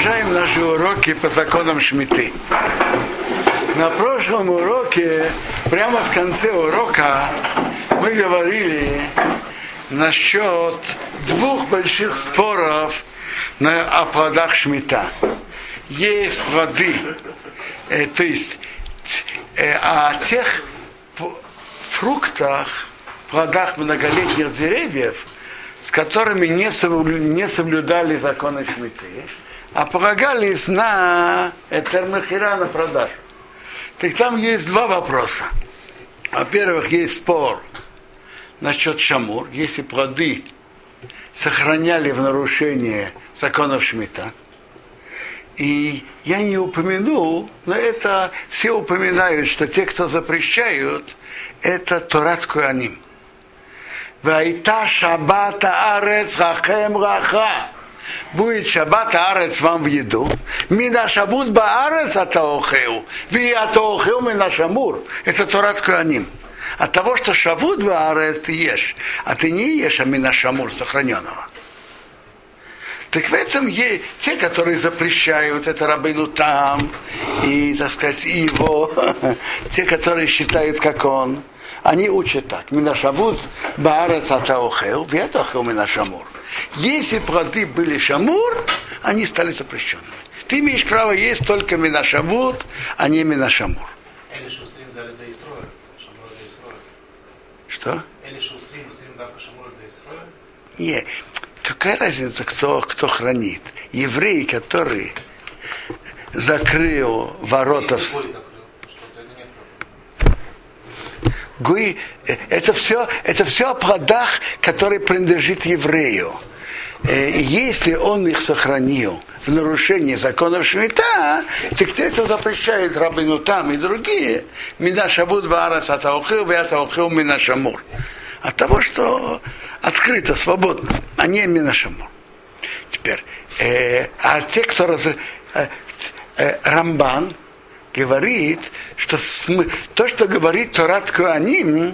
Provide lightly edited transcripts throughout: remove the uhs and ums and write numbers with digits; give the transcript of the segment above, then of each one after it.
Продолжаем наши уроки по законам Шмиты. На прошлом уроке, прямо в конце урока, мы говорили насчет двух больших споров о плодах Шмита. Есть плоды, то есть о тех фруктах, плодах многолетних деревьев, с которыми не соблюдали законы Шмиты, а полагались на Этермехира, на продажу. Так там есть два вопроса. Во-первых, есть спор насчет шамур, если плоды сохраняли в нарушение законов Шмита. И я не упомянул, но это все упоминают, что те, кто запрещают, это Торат Коаним. Вайта шаббата арец рахем раха. Будет шаббат арец вам в еду. Мина шабут ба арец атаохеу. Ви атаохеу мина шамур. Это Торат Коаним. От того, что шабут ба арец ты ешь, а ты не ешь, а мина шамур сохраненного. Так в этом есть те, которые запрещают, это Рабейну Там, и, так сказать, и его, те, которые считают, как он, они учат так. Минашавуд баарец атаохел, ветохел минашамур. Если плоды были шамур, они стали запрещенными. Ты имеешь право есть только минашавуд, а не минашамур. Что? Нет. Какая разница, кто хранит? Еврей, который закрыл ворота. Это все о плодах, которые принадлежат еврею. Если он их сохранил в нарушении законов Шмита, так это запрещает Рабейну Там и другие. Мина шабут баарец атаохил, веатаохил мина шамур. От того, что открыто, свободно, а не минашамур. Теперь, а те, кто Рамбан говорит, что то, что говорит Торат Коаним,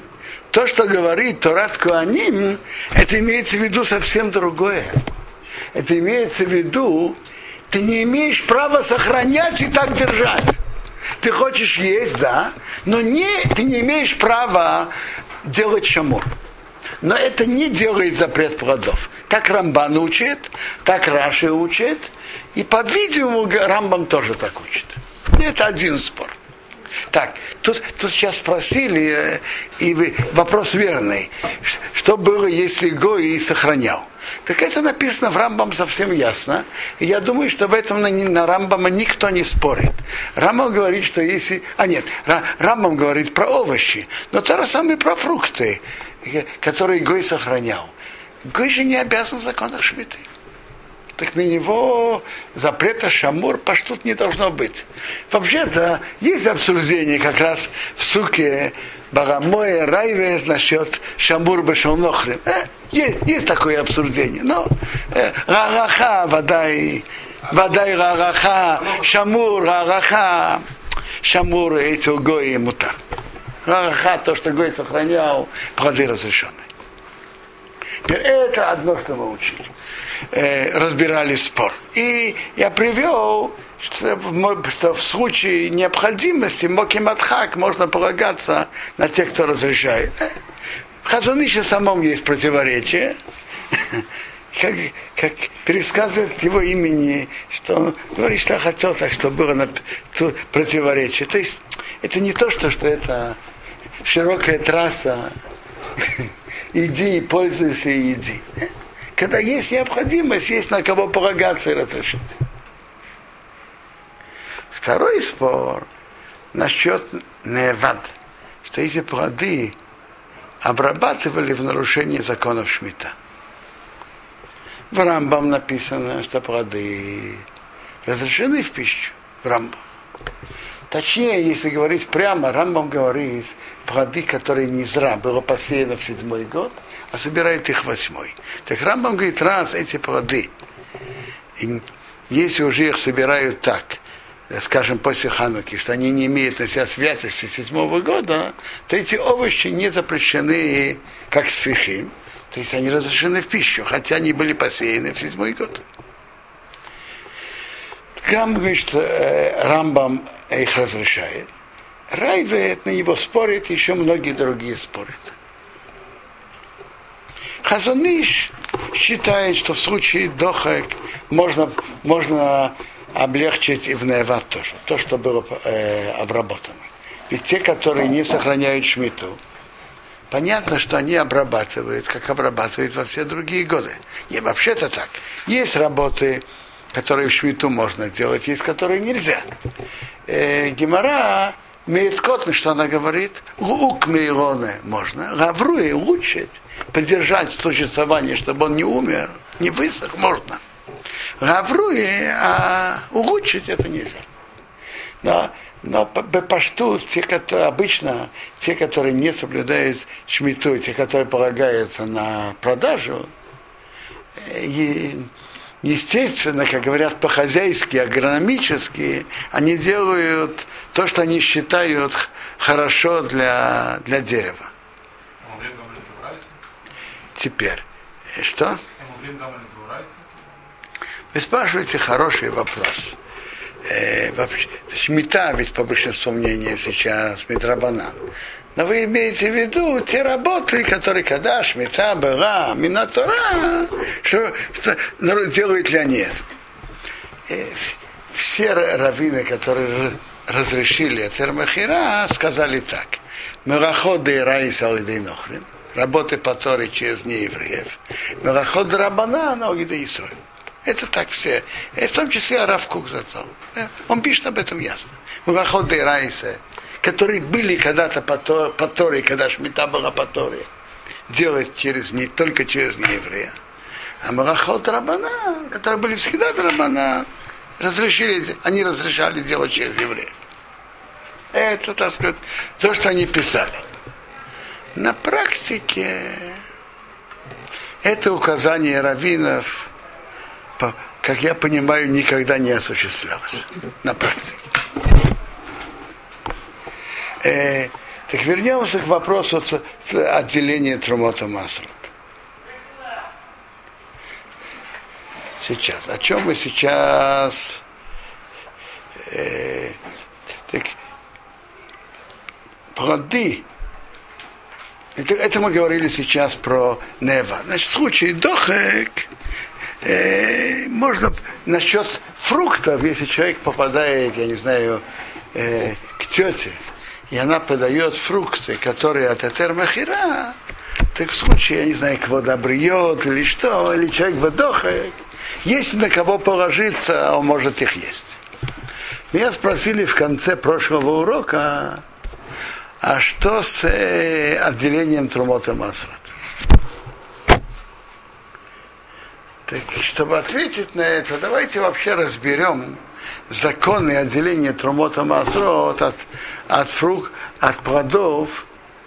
это имеется в виду совсем другое. Это имеется в виду, ты не имеешь права сохранять и так держать. Ты хочешь есть, да, но ты не имеешь права делать шамур. Но это не делает запрет плодов. Так Рамбан учит, так Раши учит, и, по-видимому, Рамбам тоже так учит. Это один спор. Так, тут сейчас спросили, и вопрос верный, что было, если Гой сохранял. Так это написано в Рамбам совсем ясно. И я думаю, что в этом на Рамбама никто не спорит. Рамбам говорит, что если... Рамбам говорит про овощи, но то же самое про фрукты, которые Гой сохранял. Гой же не обязан в законах Шмиты. Так на него запрета шамур паштут не должно быть. Вообще-то есть обсуждение как раз в суке Барамое Райве насчет шамур бешалнохрим. Есть такое обсуждение. Но рараха, водай рараха, шамур, рараха, шамур эти Гой мутар. Рараха, то, что Гой сохранял, плоды разрешенные. Это одно, что мы учили. Разбирали спор. И я привел, что в случае необходимости Мокиматхак можно полагаться на тех, кто разрешает. В Хазонише самом есть противоречие. Как пересказывает его имени, что он говорит, что хотел, так что было противоречие. То есть это не то, что это широкая трасса. Иди и пользуйся и иди. Когда есть необходимость, есть на кого полагаться и разрешить. Второй спор насчет невад, что эти плоды обрабатывали в нарушении законов Шмита. В Рамбам написано, что плоды разрешены в пищу. В Рамбам. Точнее, если говорить прямо, Рамбам говорит, плоды, которые не зра, было посеяно в 7-й год, а собирает их в 8-й. Так Рамбам говорит, раз эти плоды, если уже их собирают так, скажем, после Хануки, что они не имеют на себя святости 7-го года, то эти овощи не запрещены как сфихим, то есть они разрешены в пищу, хотя они были посеяны в 7-й год. Грамм говорит, что Рамбам их разрешает. Райве на него спорит, еще многие другие спорят. Хазон Иш считает, что в случае дохак можно облегчить и в Нееват тоже, то, что было обработано. Ведь те, которые не сохраняют шмиту, понятно, что они обрабатывают, как обрабатывают во все другие годы. Не, вообще-то так. Есть работы, которые в шмиту можно делать, есть, которые нельзя. Гемара имеет котный, что она говорит, лук мейлоне можно, гавруи улучшить, поддержать существование, чтобы он не умер, не высох, можно. Гавруи, а улучшить это нельзя. Но пашту, обычно те, которые не соблюдают шмиту, те, которые полагаются на продажу, естественно, как говорят по-хозяйски, агрономически, они делают то, что они считают хорошо для дерева. Теперь, что? Вы спрашиваете хороший вопрос. Шмита, ведь по большинству мнений сейчас мидрабанан. Но вы имеете в виду те работы, которые когда шмита была, минатора, что делают ли они это? Все раввины, которые разрешили термахира, сказали так. Мераход и раиса алидейнохрим. Работы по Торе через неевреев. Мераход рабана на огиде Исраиль. Это так все. В том числе Рав Кук зацал. Он пишет об этом ясно. Мераход и раиса, которые были когда-то по Торе, когда шмита была по Торе, делать только через нееврея. А Мераход рабана, которые были всегда рабана, они разрешали делать через евреев. Это, так сказать, то, что они писали. На практике это указание раввинов, как я понимаю, никогда не осуществлялось на практике. Так вернемся к вопросу отделения Трумота Масрот. Сейчас. О чем мы сейчас? Плоды. Это мы говорили сейчас про Нева. Значит, в случае дохек можно насчет фруктов, если человек попадает, я не знаю, к тете, и она подает фрукты, которые от Этер-Махира, так в случае, я не знаю, кого добриет или что, или человек бадохек, есть на кого положиться, а он может их есть. Меня спросили в конце прошлого урока, а что с отделением Трумота Масрот? Так, чтобы ответить на это, давайте вообще разберем законы отделения Трумота Масрот от плодов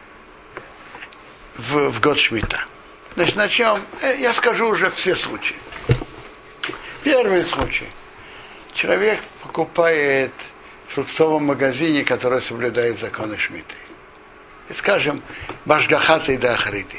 в год Шмита. Значит, начнем, я скажу уже все случаи. Первый случай. Человек покупает в фруктовом магазине, который соблюдает законы Шмиты. И скажем, башгахат и дахаридит.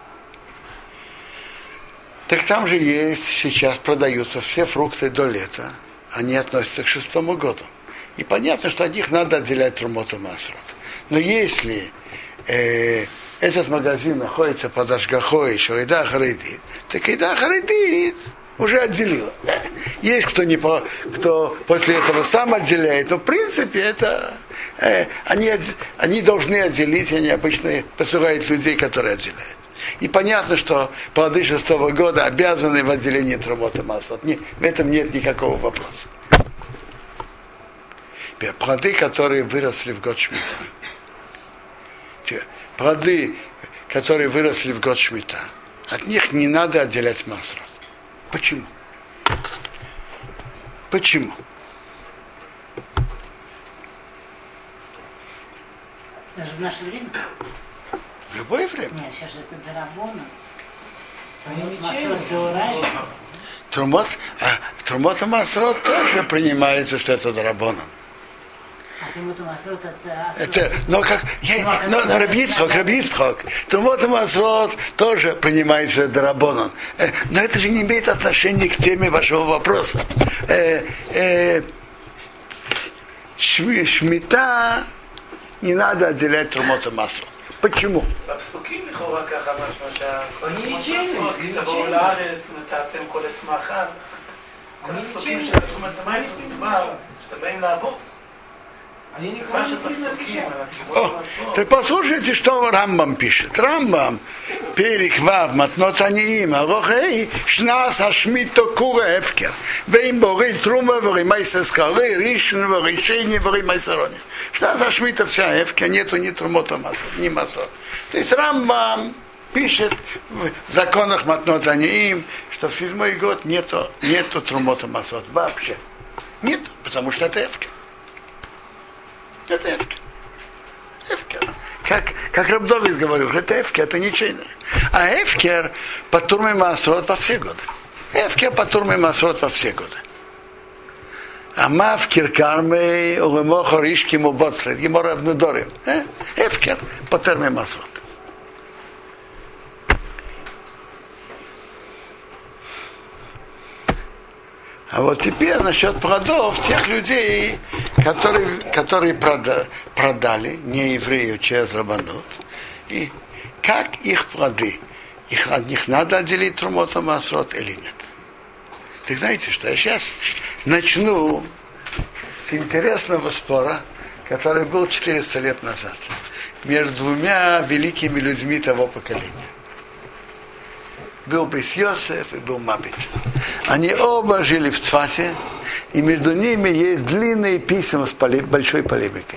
Так там же есть, сейчас продаются все фрукты до лета. Они относятся к 6-му году. И понятно, что от них надо отделять Трумота Масрот. Но если этот магазин находится под ашгахой, что и дахаридит, так и дахаридит уже отделила. Есть кто после этого сам отделяет, но в принципе это они должны отделить, они обычно посылают людей, которые отделяют. И понятно, что плоды 6-го года обязаны в отделении Трумота Масрот. В этом нет никакого вопроса. Плоды, которые выросли в год Шмита. Плоды, которые выросли в год Шмита, от них не надо отделять Масрот. Почему? Почему? Даже в наше время? В любое время. Нет, сейчас это дарабона. Трумота Масрот тоже принимается, что это дарабона. Это, но как, Рабицхок, Трумота Масрот тоже принимает, что это дарабона. Но это же не имеет отношения к теме вашего вопроса. шмита не надо отделять трумот и масло. Почему? בפסוקים לכאורה ככה משמע שהכל כי תבואו לארץ ונטעתם כל עץ מאכל. בפסוקים של תרומת המייסר זה מדובר שאתם באים לעבוד. מה שפסוקים Так послушайте, что Рамбам пишет. Рамбам переквав матнот аниим, арохей, шнас ашмито кура эфкер. Вейм бори трума, вори майсер скалы, ришн, вори шейни, вори майсерони. Шнас ашмито вся эфкер, нету ни трумота масла, ни масла. То есть Рамбам пишет в законах матнот аниим, что в 7-й год нету трумота масла вообще. Нет, потому что это эфкер. Это эфкер. Эфкер. Как Раб Довид говорил, это эфкер, это ничейное. А эфкер патур мимасрот во все годы. Эфкер патур мимасрот во все годы. А мавкер кармей улемоха ришки мубоцрет, гемора в недорим. Эфкер патур мимасрот. А вот теперь насчет плодов тех людей, которые продали не еврею через рабанут, и как их плоды, от них надо отделить трумот и масрот или нет. Так знаете, что я сейчас начну с интересного спора, который был 400 лет назад, между двумя великими людьми того поколения. Был Бейс Йосеф и был Мабит. Они оба жили в Цфате, и между ними есть длинные письма с большой полемикой.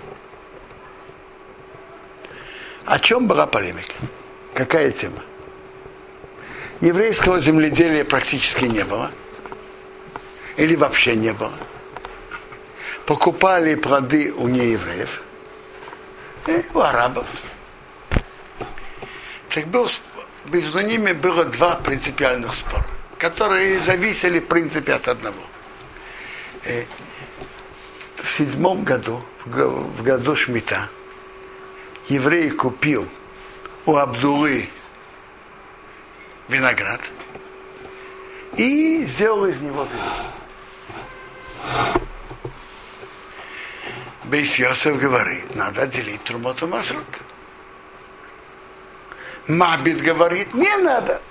О чем была полемика? Какая тема? Еврейского земледелия практически не было. Или вообще не было. Покупали плоды у неевреев, у арабов. Так между ними было два принципиальных спора, которые зависели в принципе от одного. В 7 году, в году Шмита, еврей купил у Абдулы виноград и сделал из него вино. Бейс Йосеф говорит, надо отделить трумот и масрот. Мабит говорит, не надо.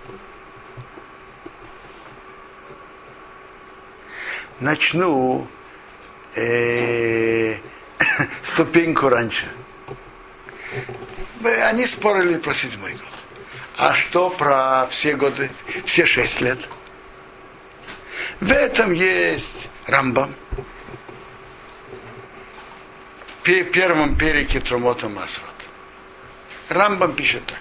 Начну ступеньку раньше. Они спорили про 7-й год. А что про все годы, все 6 лет? В этом есть Рамбам. В первом переке Трумот и Масрот. Рамбам пишет так.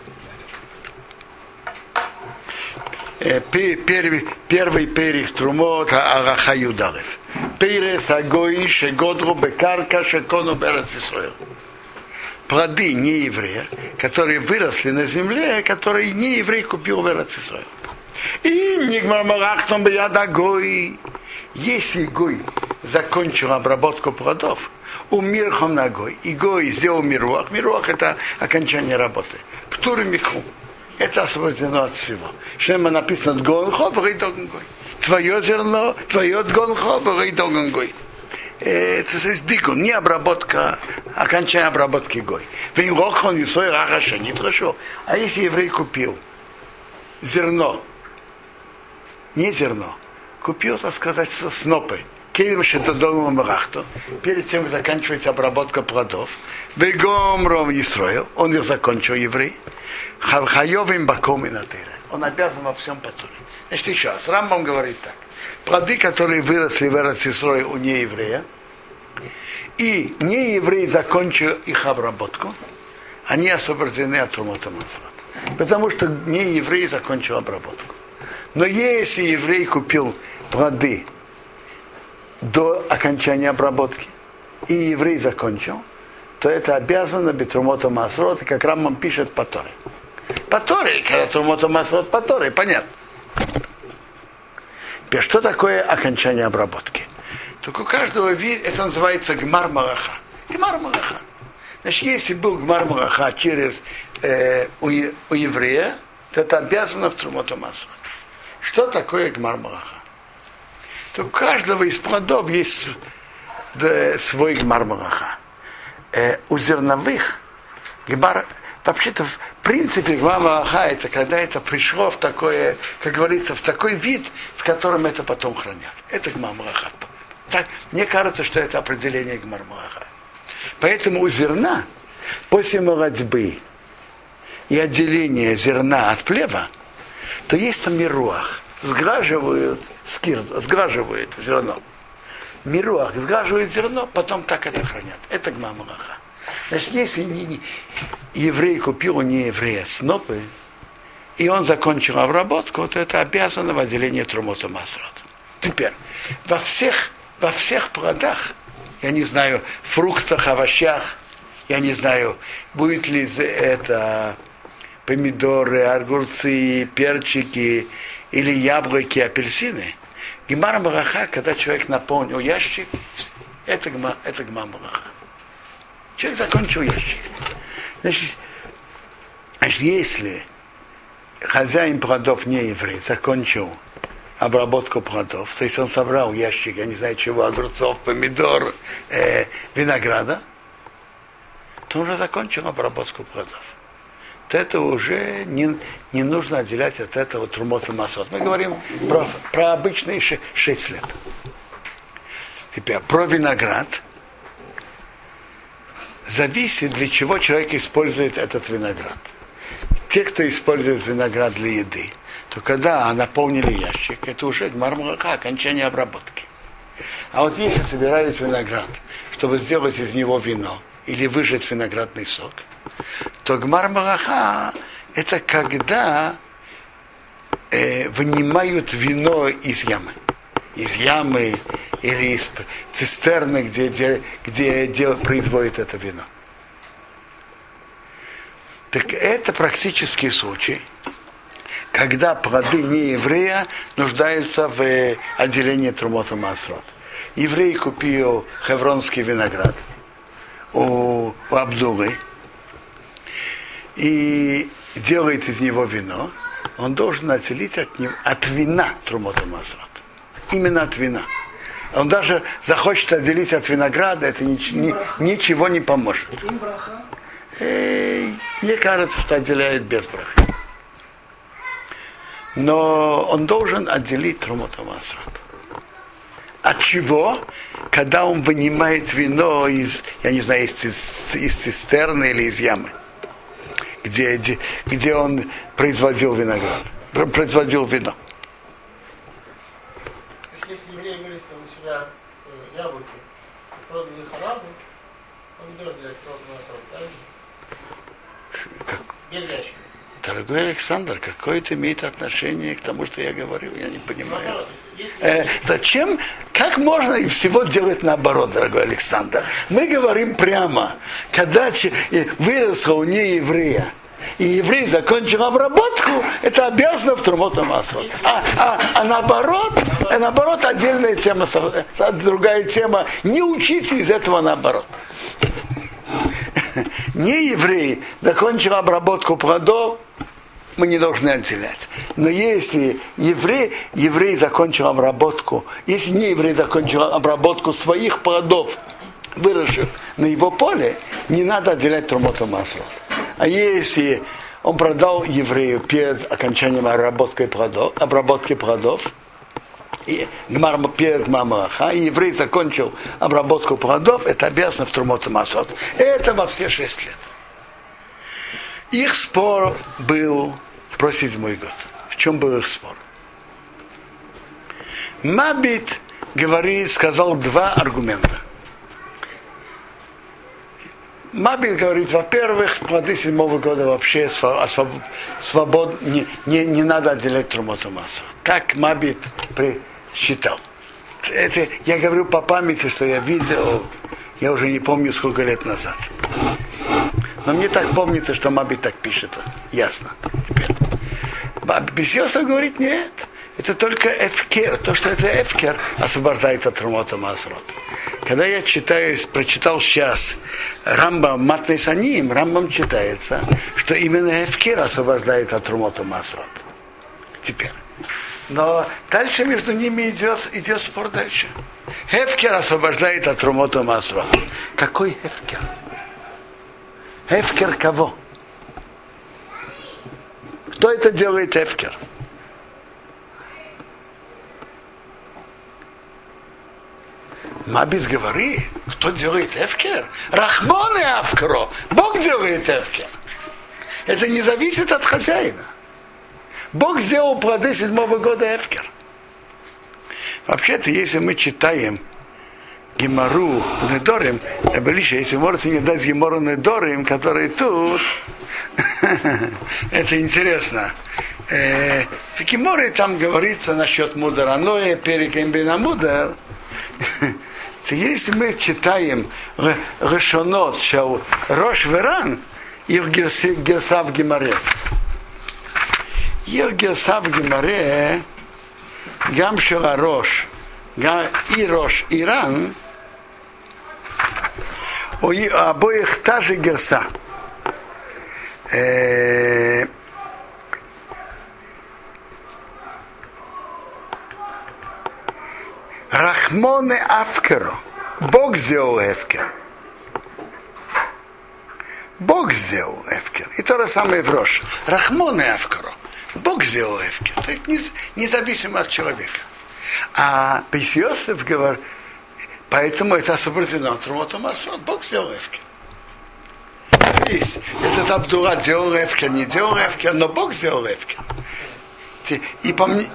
Первый перек Трумот Араха Юдарев. Перес Агои Шегодру Бекарка Шекону Берец Исраэль. Плоды нееврея, которые выросли на земле, которые нееврей купил в Берец Исраэль. И Нигмар Марахтом Бияда Гой. Если Гой закончил обработку плодов, умирхом на Гой, и Гой сделал мируах. Мируах это окончание работы. Птур микру. Это освобождено от всего. Шема написано «Гонхо, врый догнгой». Твое зерно, твое гонхо, врый догнгой. Это есть дикун, не обработка, окончание обработки гой. Винрокхон и свой рагаша не трошо. А если еврей купил зерно, не зерно, купил, так сказать, снопы, перед тем, как заканчивается обработка плодов, Бегомром Исраэль, он их закончил, еврей, Хавхайовым баком и натыре. Он обязан во всем патуре. Значит, еще раз, Рамбам говорит так. Плоды, которые выросли в Эрец Исраэль у нееврея, и нееврей закончил их обработку, они освобождены от Трумот и Масрот. Потому что нееврей закончил обработку. Но если еврей купил плоды до окончания обработки, и еврей закончил, то это обязано быть Трумот и Масрот, и как Рамбам пишет по Торе. По Торе, когда Трумот и Масрот по Торе, понятно. Теперь, что такое окончание обработки? Только у каждого вида, это называется Гмар Мараха. Гмар Мараха. Значит, если был Гмар Мараха через у еврея, то это обязано в Трумот и Масрот. Что такое Гмар Мараха? То у каждого из плодов есть свой гемар Мараха. У зерновых гемар, вообще-то, в принципе, гемар Мараха это когда это пришло в такое, как говорится, в такой вид, в котором это потом хранят. Это гемар Мараха. Так, мне кажется, что это определение гемар Мараха. Поэтому у зерна, после молодьбы и отделения зерна от плева, то есть там мируах. Сграживают зерно. Мируах сграживают зерно, потом так это хранят. Это гемар Мараха. Значит, если еврей купил у нееврея снопы, и он закончил обработку, то это обязано в отделении трумот масрот. Теперь, во всех плодах, я не знаю, фруктах, овощах, я не знаю, будет ли это помидоры, огурцы, перчики или яблоки, апельсины. Гемар Мараха, когда человек наполнил ящик, это гемар Мараха. Человек закончил ящик. Значит, если хозяин плодов не еврей закончил обработку плодов, то есть он собрал ящик, я не знаю чего, огурцов, помидор, винограда, то он уже закончил обработку плодов. То это уже не нужно отделять от этого трумот и масот. Мы говорим про обычные 6 лет. Теперь про виноград. Зависит, для чего человек использует этот виноград. Те, кто использует виноград для еды, то когда наполнили ящик, это уже гемар Мараха, окончание обработки. А вот если собирают виноград, чтобы сделать из него вино или выжать виноградный сок, то гемар Мараха это когда вынимают вино из ямы. Из ямы или из цистерны, где производят это вино. Так это практический случай, когда плоды нееврея нуждаются в отделении трумот и масрот. Еврей купил хевронский виноград у Абдулы и делает из него вино, он должен отделить от вина трумот и масрот. Именно от вина. Он даже захочет отделить от винограда, это ничего не поможет. Мне кажется, что отделяет без брахи. Но он должен отделить трумот и масрот. От чего? Когда он вынимает вино из, я не знаю, из цистерны или из ямы, где он производил виноград, производил вино. Если еврей вырастил у себя яблоки, продали халабу, он берет для кровного срока, без ящика. Дорогой Александр, какое это имеет отношение к тому, что я говорю? Я не понимаю. Зачем? Как можно всего делать наоборот, дорогой Александр? Мы говорим прямо, когда выросло у нееврея, и еврей закончил обработку, это обязано в трумот и масрот. А наоборот, отдельная тема, другая тема. Не учите из этого наоборот. Не еврей закончил обработку плодов, мы не должны отделять. Но если еврей закончил обработку, если не еврей закончил обработку своих плодов, выросших на его поле, не надо отделять трумот и масрот. А если он продал еврею перед окончанием обработки плодов, и перед гемар Мараха, и еврей закончил обработку плодов, это обязано в трумот и масрот. Это во все 6 лет. Их спор был про 7-й год. В чем был их спор? Мабит сказал 2 аргумента. Мабит говорит, во-первых, плоды 7-го года вообще свободны, не надо отделять трумот и масрот. Так Мабит считал. Это я говорю по памяти, что я видел, я уже не помню сколько лет назад. Но мне так помнится, что Мабит так пишет. Ясно. Теперь. Бес Йосеф говорит, нет. Это только эфкер. То, что это эфкер, освобождает от трумот и масрот. Когда я прочитал сейчас Рамбам Матней Саним, Рамбам читается, что именно эфкер освобождает от трумот и масрот. Теперь. Но дальше между ними идет спор дальше. Хефкер освобождает от Трумота Масро. Какой хефкер? Хефкер кого? Кто это делает хефкер? Мабит говорит, кто делает эфкер? Рахмон и Авкро. Бог делает эфкер. Это не зависит от хозяина. Бог сделал плоды 7-го года эфкер. Вообще-то, если мы читаем Гемару Недорим, Рабелиша, если можете не дать Гемару Недорим, который тут, это интересно. В Геморе там говорится насчет Мудараноя, Перекембина Мудар. Если мы читаем Решонот, что Рош Веран, их герса в Гемаре. Их герса в Гемаре, гам шела Рош, и Рош Иран, у обоих та же герса. Рахмоне Авкеро. Бог сделал эфкер. Бог сделал эфкер. И то же самое в Рош. Рахмоне Авкеро. Бог сделал эфкер. То есть независимо от человека. А Бейс Йосеф говорит, поэтому это освобождено от Трумота Масро. Бог сделал эфкер. Этот Абдура делал эфкер, не делал эфкер, но Бог сделал эфкер. И по мне...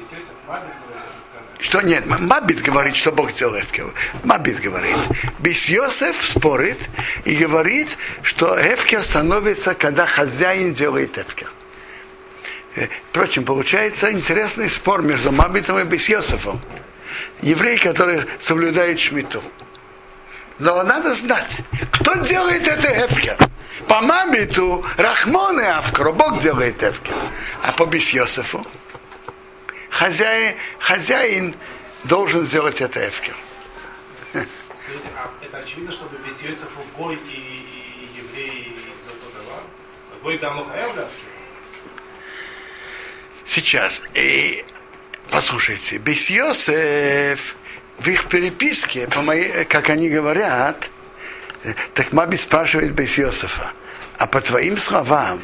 Что нет, Мабит говорит, что Бог сделал эфкер. Мабит говорит. Бейс Йосеф спорит и говорит, что эфкер становится, когда хозяин делает эфкер. Впрочем, получается интересный спор между Мабитом и Бейс Йосефом. Еврей, который соблюдает шмиту. Но надо знать, кто делает это эфкер. По Мабиту Рахмон и Авкро, Бог делает эфкер. А по Бейс Йосефу хозяин должен сделать это эфкер. Скажите, а это очевидно, чтобы Бейс Йосефу Гой и евреи за то давал? Гой там лохаев, да? Сейчас. Послушайте, Бейс Йосеф в их переписке, как они говорят, так Маби спрашивает Бейс Йосефа, а по твоим словам,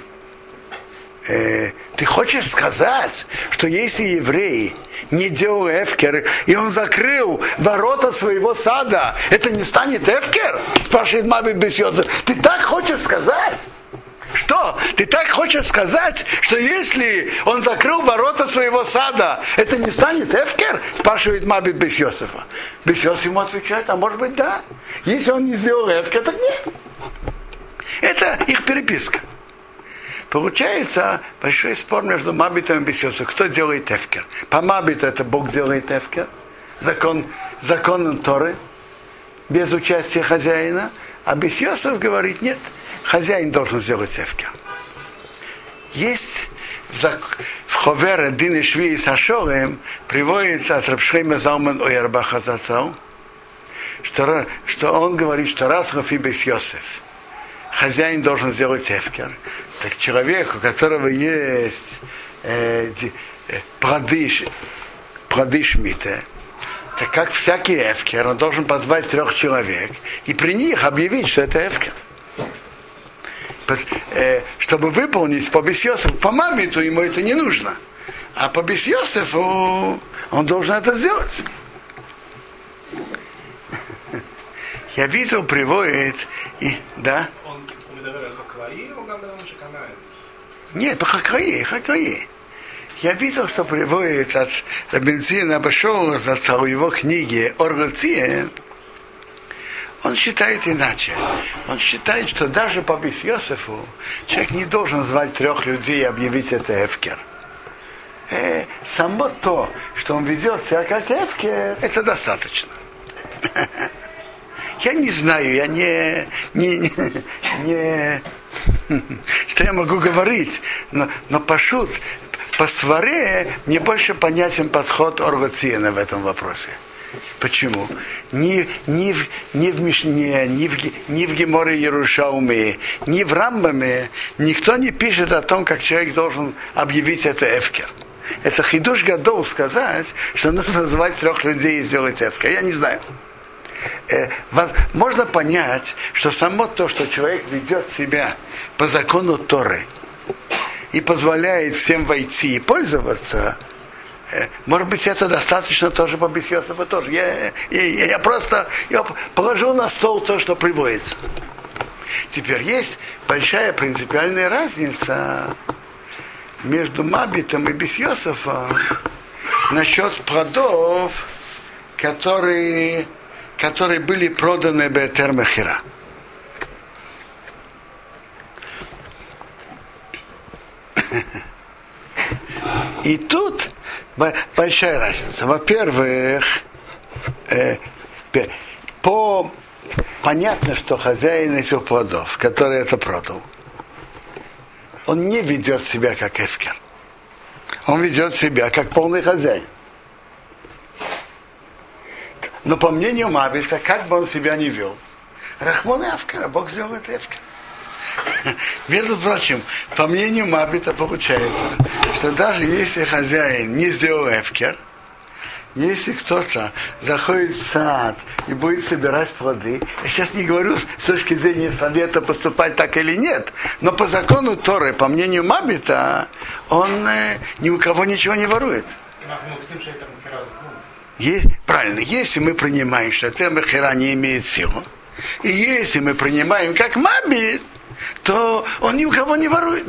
ты хочешь сказать, что если еврей не делал эфкер, и он закрыл ворота своего сада, это не станет эфкер? Спрашивает Маби Бейс Йосеф. Ты так хочешь сказать? Что? Ты так хочешь сказать, что если он закрыл ворота своего сада, это не станет эфкер? Спрашивает Мабит Бейс Йосефа. Бейс Йосеф ему отвечает, а может быть да. Если он не сделал эфкер, так нет. Это их переписка. Получается большой спор между Мабитом и Бейс Йосефом. Кто делает эфкер? По Мабиту это Бог делает эфкер. Закон Торы. Без участия хозяина. А Бейс Йосеф говорит, нет. Хозяин должен сделать эфкер. Есть в Ховере Дин и Шви и Сашорем приводит от Рабшхейма Залман Ойербаха Зацау, что он говорит, что раз Рафи Бейс Йосеф, хозяин должен сделать эфкер, так человек, у которого есть плоды шмита, так как всякий эфкер, он должен позвать 3 человек и при них объявить, что это эфкер. Чтобы выполнить по Бейс Йосефу, по Мабиту ему это не нужно. А по Бейс Йосефу он должен это сделать. Я видел, приводит, да? Нет, по Хакраи. Я видел, что приводит от Рабинцина Башола за в его книге Оргоция. Он считает иначе. Он считает, что даже по Бейс Йосефу человек не должен звать 3 людей и объявить это эфкер. Само то, что он ведет себя как эфкер, это достаточно. Я не знаю, я не что я могу говорить, но пошут, по сваре мне больше понятен подход Орвациена в этом вопросе. Почему? Ни в Мишне, ни в Геморе Иерушалме, ни в Рамбаме никто не пишет о том, как человек должен объявить это эфкер. Это хидуш гадол сказать, что нужно называть 3 людей и сделать эвкер. Я не знаю. Можно понять, что само то, что человек ведет себя по закону Торы и позволяет всем войти и пользоваться, может быть, это достаточно тоже по Бес-Йосефу тоже. Я просто положил на стол то, что приводится. Теперь есть большая принципиальная разница между Мабитом и Бес-Йосефом насчет плодов, которые были проданы беэтер мехира. И тут большая разница. Во-первых, понятно, что хозяин этих плодов, который это продал, он не ведет себя как эфкер. Он ведет себя как полный хозяин. Но по мнению Мабита, как бы он себя не вел, Рахмон и Авкера, Бог сделал это эфкер. Между прочим, по мнению Мабита получается, что даже если хозяин не сделал эфкер, если кто-то заходит в сад и будет собирать плоды, я сейчас не говорю с точки зрения совета поступать так или нет, но по закону Торы, по мнению Мабита, он ни у кого ничего не ворует. Правильно, если мы принимаем, что эта мехера не имеет силу, и если мы принимаем как Мабит, то он ни у кого не ворует.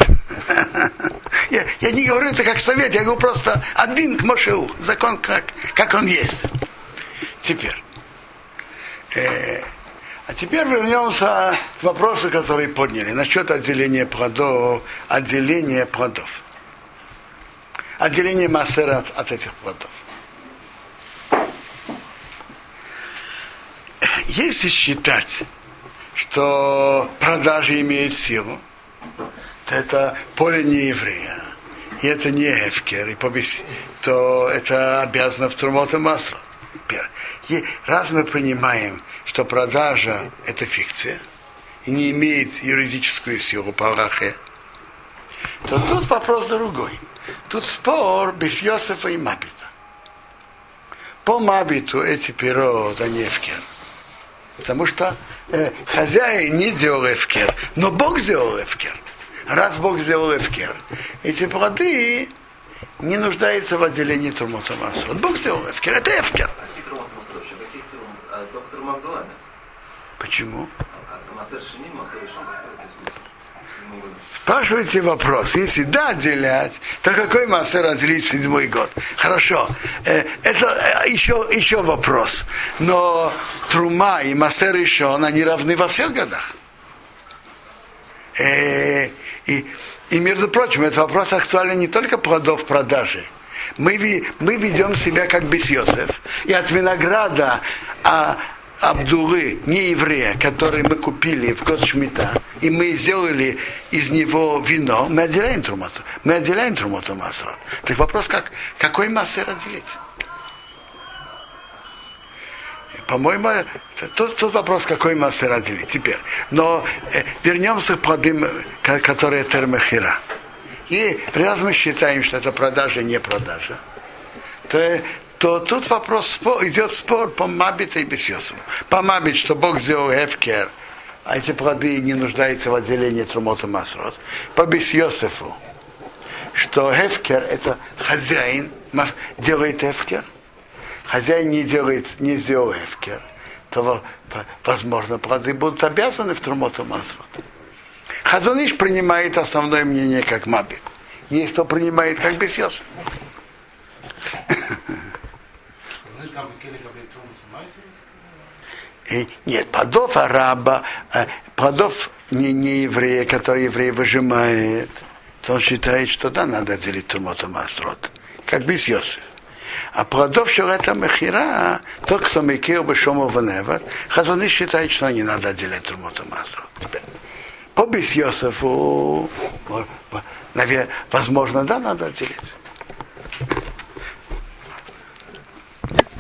Я не говорю это как совет, я говорю просто один к Мошеу, закон как он есть. Теперь. А теперь вернемся к вопросу, который подняли, насчет отделения плодов, отделения массера от этих плодов. Если считать, что продажа имеет силу, то это поле не еврея, и это не эфкер, то это обязано в Трумот и Масрот. Раз мы понимаем, что продажа это фикция и не имеет юридическую силу по Алахе, то тут вопрос другой. Тут спор Бес-Йосефа и Мабита. По Мабиту эти пирот, они эфкер. Потому что хозяин не делал эфкер, но Бог сделал эфкер. Раз Бог сделал эфкер, эти плоды не нуждаются в отделении Трумот и Масрот. Бог сделал эфкер, это эфкер. Почему? Спрашиваете вопрос, если да отделять, то какой массер отделить в 7-й год? Хорошо, это еще вопрос. Но Трума и массер еще, они равны во всех годах. И между прочим, этот вопрос актуален не только плодов продажи. Мы ведем себя как Бес-Йосеф, и от винограда Абдулы, не еврея, который мы купили в год Шмита, и мы сделали из него вино, мы отделяем Трумот и Масрот. Так вопрос, какой массер отделить? По-моему, тут вопрос, какой массер отделить. Теперь. Но вернемся к плодам, которые термехира. И раз мы считаем, что это продажа, не продажа, то тут идет спор по Мабиту и Бес-Йосефу. По Мабит, что Бог сделал эфкер, а эти плоды не нуждаются в отделении Трумот и Масрот. По Бес-Йосефу, что эфкер это хозяин делает эфкер, хозяин не сделал эфкер, то, возможно, плоды будут обязаны в Трумот и Масрот. Хазон Иш принимает основное мнение как Мабит. Есть кто принимает как Бес-Йосеф. Нет, плодов араба, плодов не еврея, который еврей выжимает, то он считает, что да, надо отделить Трумот и Масрот, как Бес-Йосеф. А плодов Шорета Мехира, тот, кто Мекир Бешомо Веневат, Хазон Иш считает, что не надо отделять Трумот и Масрот. По Бес-Йосефу, возможно, да, надо отделить.